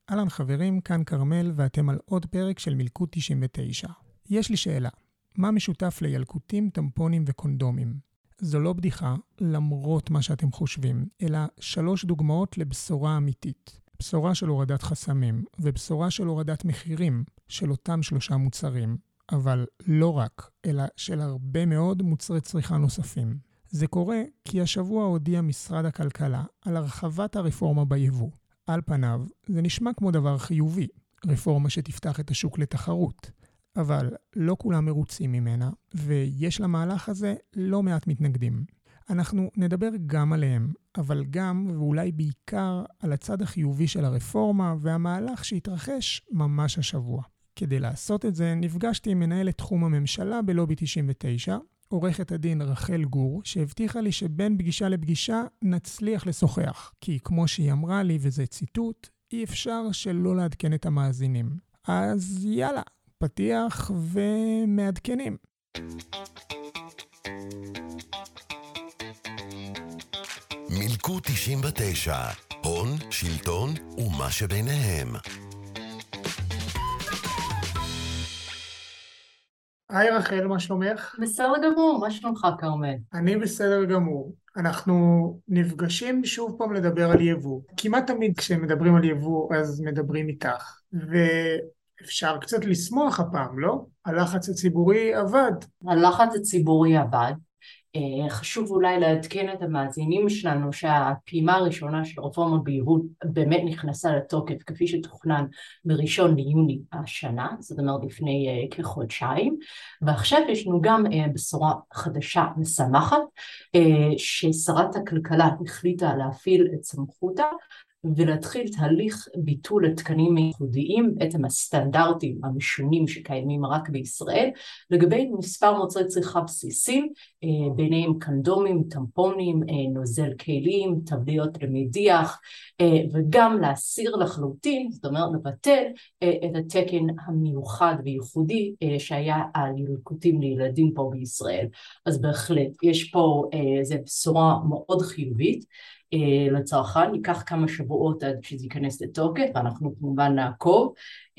אהלן חברים, כאן קרמל ואתם על עוד פרק של מלכוד 99. יש לי שאלה, מה משותף לילקוטים, טמפונים וקונדומים? זו לא בדיחה, למרות מה שאתם חושבים, אלא 3 דוגמאות לבשורה אמיתית. בשורה של הורדת חסמים, ובשורה של הורדת מחירים של אותם 3 מוצרים. אבל לא רק, אלא של הרבה מאוד מוצרי צריכה נוספים. זה קורה כי השבוע הודיע משרד הכלכלה על הרחבת הרפורמה ביבוא. על פניו, זה נשמע כמו דבר חיובי, רפורמה שתפתח את השוק לתחרות. אבל לא כולם מרוצים ממנה, ויש למהלך הזה לא מעט מתנגדים. אנחנו נדבר גם עליהם, אבל גם ואולי בעיקר על הצד החיובי של הרפורמה והמהלך שהתרחש ממש השבוע. כדי לעשות את זה, נפגשתי עם מנהלת תחום הממשלה בלובי 99, עורכת הדין רחל גור, שהבטיחה לי שבין פגישה לפגישה נצליח לשוחח. כי כמו שהיא אמרה לי, וזה ציטוט, אי אפשר שלא לעדכן את המאזינים. אז יאללה, פתיח ומעדכנים. מלכוד 99, הון, שלטון ומה שביניהם. היי רחל, מה שלומך? בסדר גמור, מה שלומך קרמל? אני בסדר גמור. אנחנו נפגשים שוב פעם לדבר על יבוא. כמעט תמיד כשמדברים על יבוא אז מדברים איתך. ואפשר קצת לשמוח הפעם, לא? הלחץ הציבורי עבד. הלחץ הציבורי עבד. חשוב אולי לעדכן את המאזינים שלנו שהפעימה הראשונה של רפורמה ביבוא באמת נכנסה לתוקף כפי שתוכנן ב1 ליוני השנה, זאת אומרת לפני כחודשיים, ועכשיו יש לנו גם בשורה חדשה משמחת ששרת הכלכלה החליטה להפעיל את סמכותה ולהתחיל תהליך ביטול התקנים הייחודיים, בעצם הסטנדרטים המשונים שקיימים רק בישראל, לגבי מספר מוצרי צריכה בסיסיים, ביניהם קונדומים, טמפונים, נוזל כלים, טבליות למדיח, וגם להסיר לחלוטין, זאת אומרת לבטל את התקן המיוחד וייחודי שהיה על ילקוטים לילדים פה בישראל. אז בהחלט, יש פה איזו בשורה מאוד חיובית, לצרכן, ייקח כמה שבועות עד שזה ייכנס לתוקף, ואנחנו כמובן נעקוב,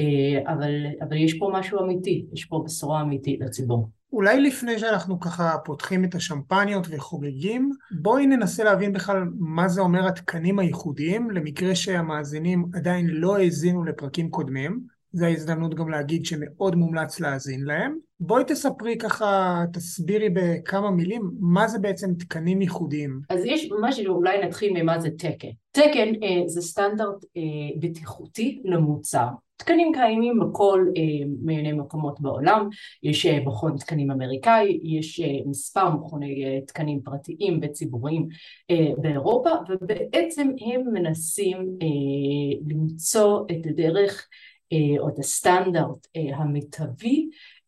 אבל יש פה משהו אמיתי, יש פה בשורה אמיתית לציבור. אולי לפני שאנחנו ככה פותחים את השמפניות וחוגגים, בואי ננסה להבין בכלל מה זה אומר התקנים הייחודיים, למקרה שהמאזינים עדיין לא האזינו לפרקים קודמים, זו ההזדמנות גם להגיד שמאוד מומלץ להאזין להם. בואי תספרי ככה, תסבירי בכמה מילים, מה זה בעצם תקנים ייחודיים? אז יש ממש, אולי נתחיל ממה זה תקן. תקן זה סטנדרט בטיחותי למוצר. תקנים קיימים בכל מיני מקומות בעולם, יש מכון תקנים אמריקאי, יש מספר מכוני תקנים פרטיים וציבוריים באירופה, ובעצם הם מנסים למצוא את הדרך או את הסטנדרט המיטבי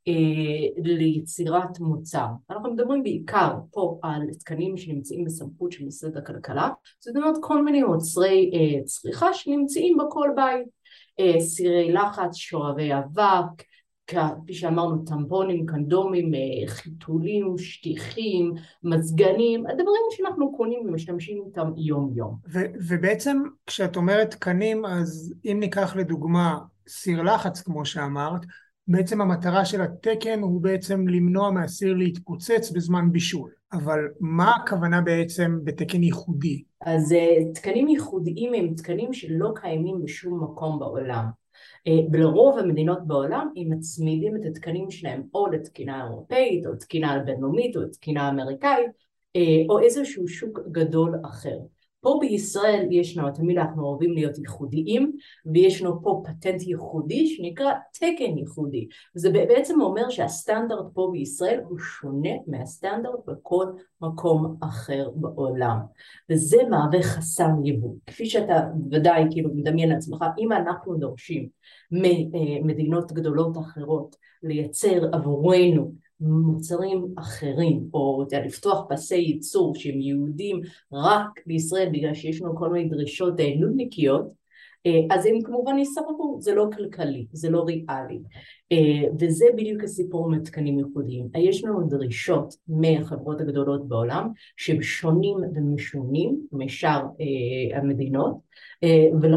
ליצירת מוצר. אנחנו מדברים בעיקר פה על תקנים שנמצאים בסמכות של משרד הכלכלה, זאת אומרת כל מיני מוצרי צריכה שנמצאים בכל בית, סירי לחץ, שואבי אבק, כפי שאמרנו טמפונים, קונדומים, חיתולים, שטיחים, מזגנים, הדברים שאנחנו קונים ומשתמשים איתם יום יום. ובעצם כשאת אומרת תקנים, אז אם ניקח לדוגמה סיר לחץ כמו שאמרת, בעצם המטרה של התקן הוא בעצם למנוע מהסיר להתפוצץ בזמן בישול. אבל מה הכוונה בעצם בתקן ייחודי? אז תקנים ייחודיים הם תקנים שלא קיימים בשום מקום בעולם. ברוב המדינות בעולם הם מצמידים את התקנים שלהם או לתקינה אירופאית או תקינה בינלאומית או תקינה אמריקאית או איזשהו שוק גדול אחר. פה בישראל ישנו, תמיד אנחנו אוהבים להיות ייחודיים, וישנו פה פטנט ייחודי שנקרא תקן ייחודי. זה בעצם אומר שהסטנדרט פה בישראל הוא שונה מהסטנדרט בכל מקום אחר בעולם. וזה מהווה חסם יבוא. כפי שאתה ודאי כאילו מדמיין לעצמך, אם אנחנו דורשים ממדינות גדולות אחרות לייצר עבורנו מוצרים אחרים, או לפתוח פסי ייצור שהם יהודים רק בישראל בגלל שיש לנו כל מיני דרישות נודניקיות, אז הם כמובן יסרבו, זה לא כלכלי, זה לא ריאלי, וזה בדיוק הסיפור מתקנים ייחודיים. יש לנו דרישות מהחברות הגדולות בעולם שהם שונים ומשונים משאר המדינות, ולכן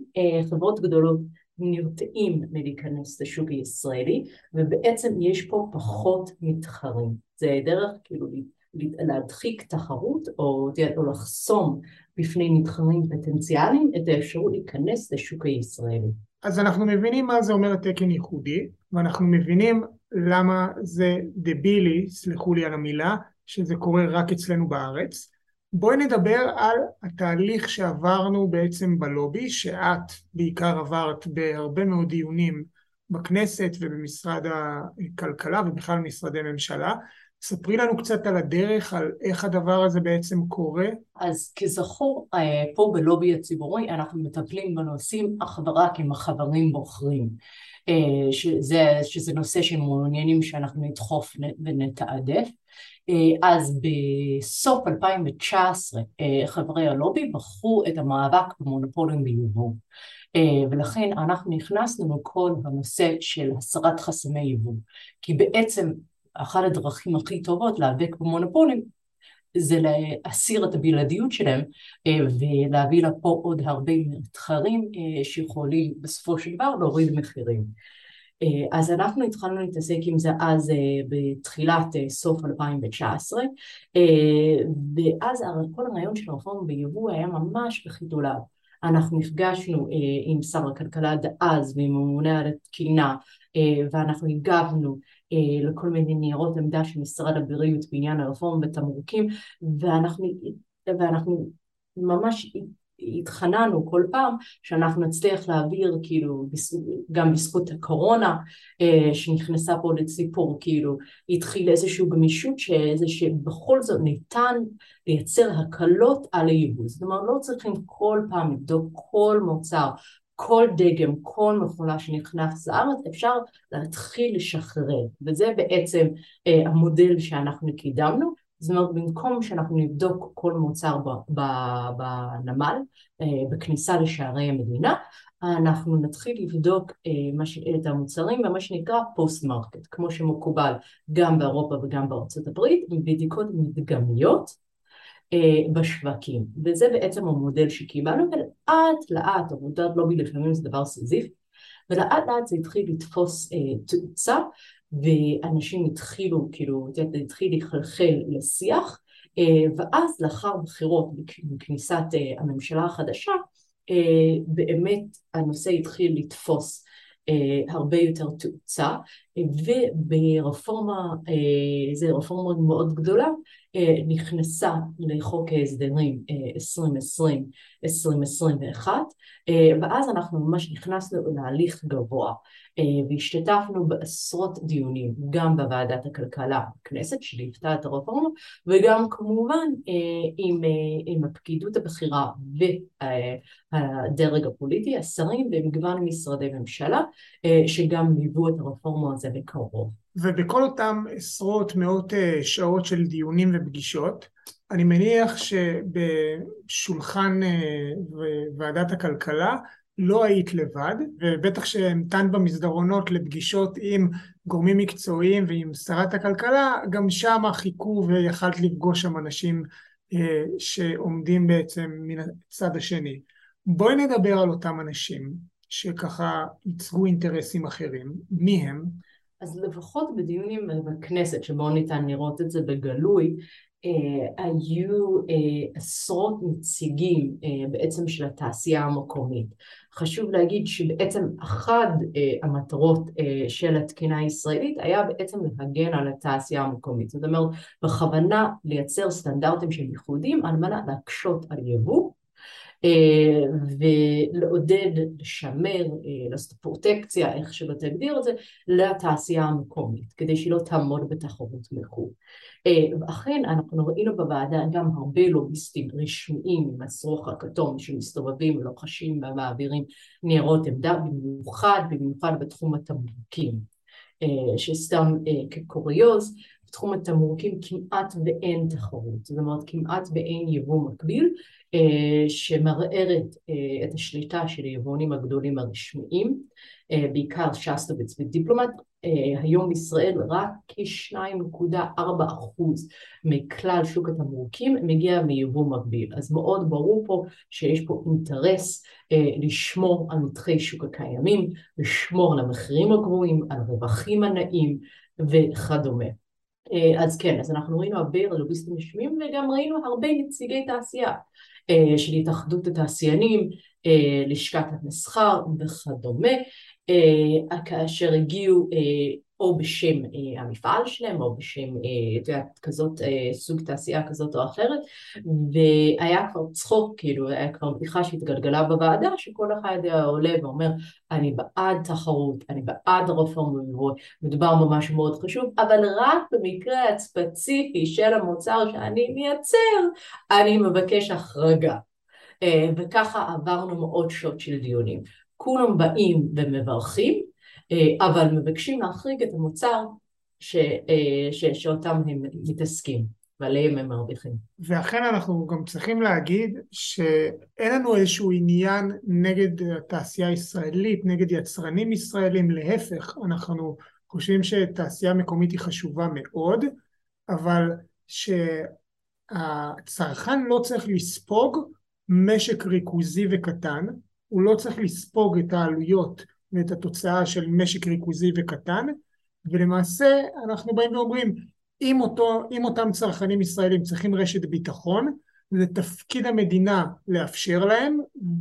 חברות גדולות נרתעים מלהיכנס לשוק הישראלי, ובעצם יש פה פחות מתחרים. זה דרך כאילו להדחיק תחרות או לחסום בפני מתחרים פוטנציאליים את האפשרות להיכנס לשוק הישראלי. אז אנחנו מבינים מה זה אומר תקן ייחודי, ואנחנו מבינים למה זה דבילי, סלחו לי על המילה, שזה קורה רק אצלנו בארץ. בואי נדבר על התהליך שעברנו בעצם בלובי, שאת בעיקר עברת בהרבה מאוד דיונים בכנסת ובמשרד הכלכלה ובכלל משרדי ממשלה. ספרי לנו קצת על הדרך, על איך הדבר הזה בעצם קורה. אז כזכור, פה בלובי הציבורי אנחנו מטפלים בנושאים אך ורק עם החברים בוחרים, שזה נושא שמעוניינים שאנחנו נדחוף ונתעדף. אז בסוף 2019 חברי הלובי בחרו את המאבק במונופולים ביבוא, ולכן אנחנו נכנסנו לכל הנושא של הסרת חסמי יבוא, כי בעצם אחת הדרכים הכי טובות להיאבק במונופולים זה להסיר את הבלעדיות שלהם ולהביא לפה עוד הרבה מתחרים שיכולים בסופו של דבר להוריד מחירים. אז אנחנו התחלנו להתעסק עם זה אז בתחילת סוף 2019, ואז כל הרעיון של הרפורמה ביבוא היה ממש בחיתוליו. אנחנו נפגשנו עם שר הכלכלה דאז ועם הממונה על התקינה, ואנחנו הגבנו לכל מיני ניירות עמדה של משרד הבריאות בעניין הרפורמה בתמרוקים, ואנחנו ממש התחננו כל פעם שאנחנו נצליח להעביר, כאילו, גם בזכות הקורונה שנכנסה פה לציפור, כאילו, התחיל איזושהי גמישות שבכל זאת ניתן לייצר הקלות על הייבוא. זאת אומרת, לא צריכים כל פעם לבדוק כל מוצר, כל דגם, כל מכולה שנכנס לארץ, אפשר להתחיל לשחרר, וזה בעצם המודל שאנחנו קידמנו. זאת אומרת, במקום שאנחנו נבדוק כל מוצר בנמל, בכניסה לשערי המדינה, אנחנו נתחיל לבדוק את המוצרים במה שנקרא פוסט מרקט, כמו שמקובל גם באירופה וגם בארצות הברית, עם בדיקות מדגמיות בשווקים. וזה בעצם המודל שקיבלנו, ולאט לאט, עבודת לובי לפעמים זה דבר סזיף, ולאט לאט זה התחיל לתפוס תאוצה, ואנשים התחילו, כאילו, התחיל לחלחל לשיח, ואז לאחר בחירות בכניסת הממשלה החדשה, באמת הנושא התחיל לתפוס הרבה יותר תאוצה, וברפורמה, זו רפורמה מאוד גדולה, נכנסה לחוק ההסדרים 2020-2021, ואז אנחנו ממש נכנסנו להליך גבוה, והשתתפנו בעשרות דיונים, גם בוועדת הכלכלה בכנסת שליוותה את הרפורמה, וגם כמובן עם הפקידות הבכירה והדרג הפוליטי, השרים במגוון משרדי ממשלה, שגם ליוו את הרפורמה הזה בקרוב. ובכל אותם עשרות מאות שעות של דיונים ופגישות, אני מניח שבשולחן ועדת הכלכלה לא היית לבד, ובטח שהמתנת במסדרונות לפגישות עם גורמים מקצועיים ועם שרת הכלכלה, גם שם חיכו ויכלת לפגוש שם אנשים שעומדים בעצם מן הצד השני. בואי נדבר על אותם אנשים שככה ייצגו אינטרסים אחרים. מי הם? אז לפחות בדיונים בכנסת, שבו ניתן לראות את זה בגלוי, היו עשרות נציגים בעצם של התעשייה המקומית. חשוב להגיד שבעצם אחת המטרות של התקינה הישראלית היה בעצם להגן על התעשייה המקומית. זאת אומרת, בכוונה לייצר סטנדרטים של ייחודים על מנת להקשות על יבוא, ולעודד, לשמר, לעשות פרוטקציה, איך שלא תגדיר את זה, לתעשייה המקומית, כדי שהיא לא תעמוד בתחרות מחו"ל. ואכן אנחנו ראינו בוועדה גם הרבה לוביסטים רשמיים עם השרוך הכתום שמסתובבים ולוחשים ומעבירים ניירות עמדה, במיוחד בתחום התמרוקים. שסתם כקוריוז, בתחום התמרוקים כמעט ואין תחרות, זאת אומרת כמעט ואין יבוא מקביל, שמערערת את השליטה של היבואנים הגדולים הרשמיים, בעיקר שסטוביץ ודיפלומט. היום בישראל רק כ-2.4% מכלל שוק התמרוקים מגיע מיבוא מקביל, אז מאוד ברור פה שיש פה אינטרס לשמור על נתחי שוק הקיימים, לשמור על המחירים הגבוהים, על רווחים הנאים וכדומה. אז כן, אז אנחנו ראינו הרבה לוביסטים רשמיים וגם ראינו הרבה נציגי תעשייה של התאחדות התעשיינים, לשכת המסחר וכדומה, כאשר הגיעו או בשם המפעל שלהם או בשם כזאת סוג תעשייה כזאת או אחרת, והיה כבר צחוק, כאילו היה כבר בדיחה שהתגלגלה בוועדה שכל אחד היה עולה ואומר אני בעד תחרות, אני בעד רפורמה, מדובר ממש מאוד חשוב, אבל רק במקרה הספציפי של המוצר שאני מייצר אני מבקש החרגה. וככה עברנו מאוד שעות של דיונים. כולם באים ומברכים, אבל מבקשים להחריג את המוצר שאותם הם מתעסקים, ועליהם הם מרוויחים. ואכן אנחנו גם צריכים להגיד שאין לנו איזשהו עניין נגד התעשייה הישראלית, נגד יצרנים ישראלים, להפך, אנחנו חושבים שתעשייה מקומית היא חשובה מאוד, אבל שהצרכן לא צריך לספוג משק ריכוזי וקטן, הוא לא צריך לספוג את העלויות ואת התוצאה של משק ריכוזי וקטן, ולמעשה אנחנו באים ואומרים, אם אותם צרכנים ישראלים צריכים רשת ביטחון, זה תפקיד המדינה לאפשר להם,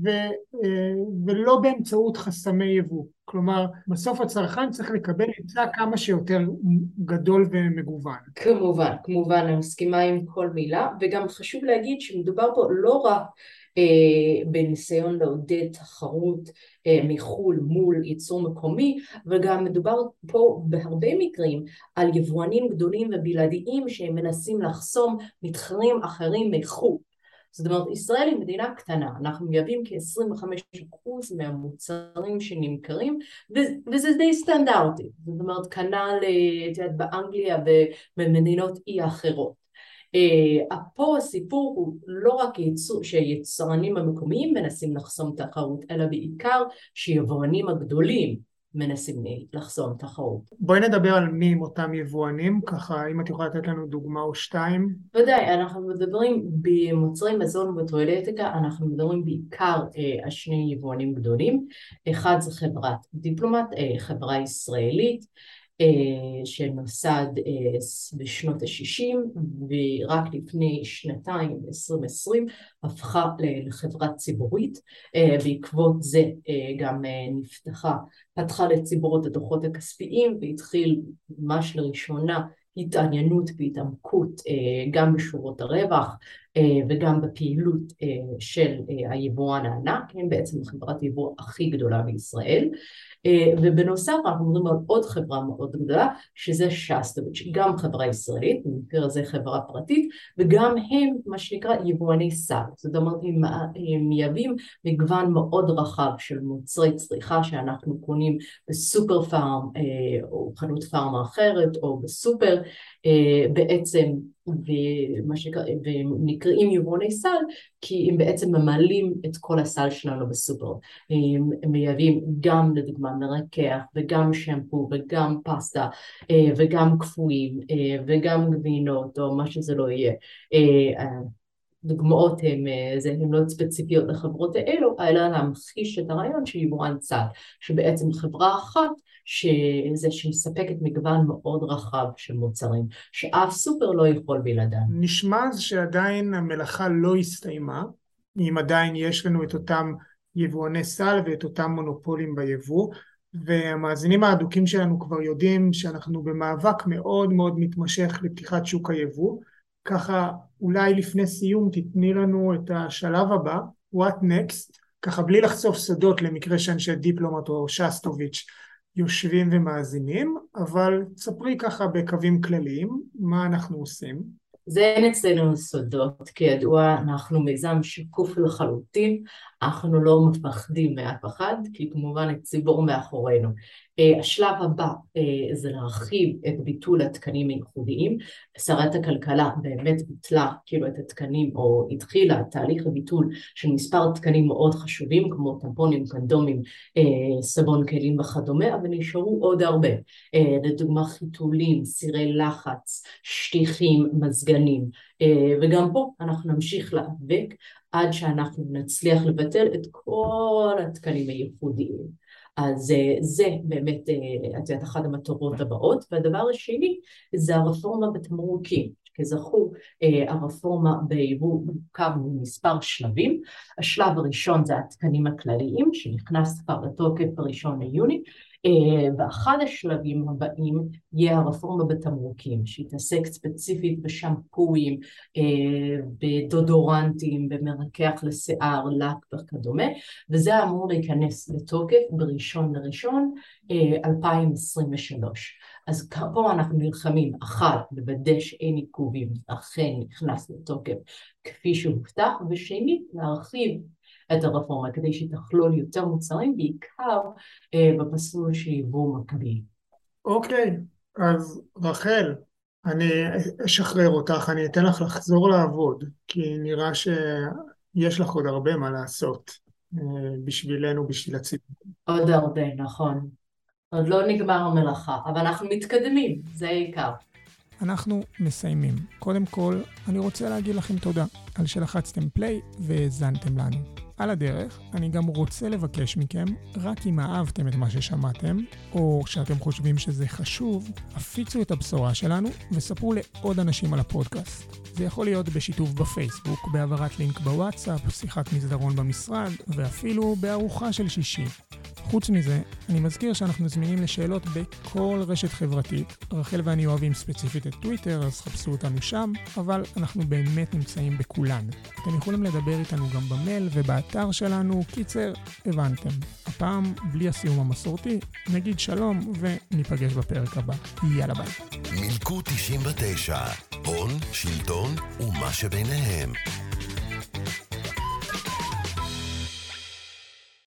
ולא באמצעות חסמי יבוא. כלומר, בסוף הצרכן צריך לקבל היצע כמה שיותר גדול ומגוון. כמובן, אני מסכימה עם כל מילה, וגם חשוב להגיד שמדובר פה לא רק בניסיון לעודד תחרות מחול מול ייצור מקומי, וגם מדובר פה בהרבה מקרים על יבואנים גדולים ובלעדיים שהם מנסים לחסום מתחרים אחרים מחו"ל. זאת אומרת, ישראל היא מדינה קטנה, אנחנו מייבאים כ-25% מהמוצרים שנמכרים, וזה די סטנדרטי, זאת אומרת, כנ"ל באנגליה ובמדינות אי אחרות. פה הסיפור הוא לא רק שיצרנים המקומיים מנסים לחסום תחרות, אלא בעיקר שיבואנים הגדולים מנסים לחסום תחרות. בואי נדבר על מי עם אותם יבואנים, ככה אם את יכולה לתת לנו דוגמה או שתיים. ודאי, אנחנו מדברים במוצרי מזון וטואלטיקה, אנחנו מדברים בעיקר על שני יבואנים גדולים, אחד זה חברת דיפלומט, חברה ישראלית, שנוסד בשנות ה-60 ורק לפני שנתיים, 2020, הפכה לחברה ציבורית. בעקבות זה גם פתחה לציבור את הדוחות הכספיים והתחיל ממש לראשונה התעניינות והתעמקות גם בשורות הרווח וגם בפעילות של היבואן הענק, הם בעצם חברת יבוא הכי גדולה בישראל. ובנוסף אנחנו מדברים על עוד חברה מאוד גדולה שזה שסטוביץ', גם חברה ישראלית, במקרה הזה חברה פרטית, וגם הם מה שנקרא יבואני סל, זאת אומרת הם מייבאים מגוון מאוד רחב של מוצרי צריכה שאנחנו קונים בסופר פארם או חנות פארמה אחרת או בסופר בעצם, ונקראים יבואני סל כי הם בעצם ממלאים את כל הסל שלנו בסופר. הם מייבאים גם לדוגמה מרקח וגם שמפו וגם פסטה וגם קפואים וגם גבינות או מה שזה לא יהיה. דוגמאות הן לא ספציפיות לחברות האלו, אלא להמחיש את הרעיון של יבואן סל, שבעצם חברה אחת שמספקת מגוון מאוד רחב של מוצרים, שאף סופר לא יכול בלעדיהם. נשמע שעדיין המלאכה לא הסתיימה, אם עדיין יש לנו את אותם יבואני סל ואת אותם מונופולים ביבוא, והמאזינים האדוקים שלנו כבר יודעים שאנחנו במאבק מאוד מאוד מתמשך לפתיחת שוק היבוא, ככה אולי לפני סיום תתני לנו את השלב הבא, what next, ככה בלי לחשוף סודות למקרה שאנשי דיפלומט או שסטוביץ' יושבים ומאזינים, אבל תספרי ככה בקווים כלליים מה אנחנו עושים. זה אין אצלנו סודות, כידוע אנחנו מיזם שקוף לחלוטין, אנחנו לא מפחדים מאף אחד, כי כמובן הציבור מאחורינו. השלב הבא זה להרחיב את ביטול התקנים הייחודיים. שרת הכלכלה באמת ביטלה כאילו את התקנים, או התחילה תהליך הביטול של מספר תקנים מאוד חשובים, כמו טמפונים, קונדומים, סבון כלים וכדומה, אבל נשארו עוד הרבה. לדוגמה חיתולים, סירי לחץ, שטיחים, מזגנים, וגם פה אנחנו נמשיך להיאבק עד שאנחנו נצליח לבטל את כל התקנים הייחודיים. אז זה באמת אחת המטרות הבאות. והדבר השני זה הרפורמה בתמרוקים. כזכור, הרפורמה ביבוא מורכב ממספר שלבים. השלב הראשון זה התקנים הכלליים, שנכנס כבר לתוקף ב1 ליוני, ואחד השלבים הבאים יהיה הרפורמה בתמרוקים, שהתעסק ספציפית בשמפויים, בדודורנטים, במרכך לשיער, לק וכדומה, וזה אמור להיכנס לתוקף ב1 לינואר 2023. אז פה אנחנו נלחמים, אחד, לוודא שאין עיכובים, אכן נכנס לתוקף כפי שהובטח, ושנית, להרחיב את הרפורמה כדי שתכלול יותר מוצרים, בעיקר בפסול של ייבוא מקביל. אוקיי, אז רחל, אני אשחרר אותך, אני אתן לך לחזור לעבוד, כי נראה שיש לך עוד הרבה מה לעשות בשבילנו, בשביל הציבור. עוד הרבה, נכון. עוד לא נגמר המלאכה, אבל אנחנו מתקדמים, זה העיקר. אנחנו מסיימים. קודם כל, אני רוצה להגיד לכם תודה על שלחצתם פליי והזנתם לנו. על הדרך, אני גם רוצה לבקש מכם, רק אם אהבתם את מה ששמעתם, או שאתם חושבים שזה חשוב, הפיצו את הבשורה שלנו וספרו לעוד אנשים על הפודקאסט. זה יכול להיות בשיתוף בפייסבוק, בהעברת לינק בוואטסאפ, שיחת מסדרון במשרד, ואפילו בארוחה של שישי. חוץ מזה, אני מזכיר שאנחנו זמינים לשאלות בכל רשת חברתית. רחל ואני אוהבים ספציפית את טוויטר, אז חפשו אותנו שם, אבל אנחנו באמת נמצאים בכולן. אתם יכולים לדבר איתנו גם במייל ובאתר שלנו. קיצר, הבנתם. הפעם, בלי הסיום המסורתי, נגיד שלום וניפגש בפרק הבא. יאללה ביי. מילקוט 99, הון, שלטון ומה שביניהם.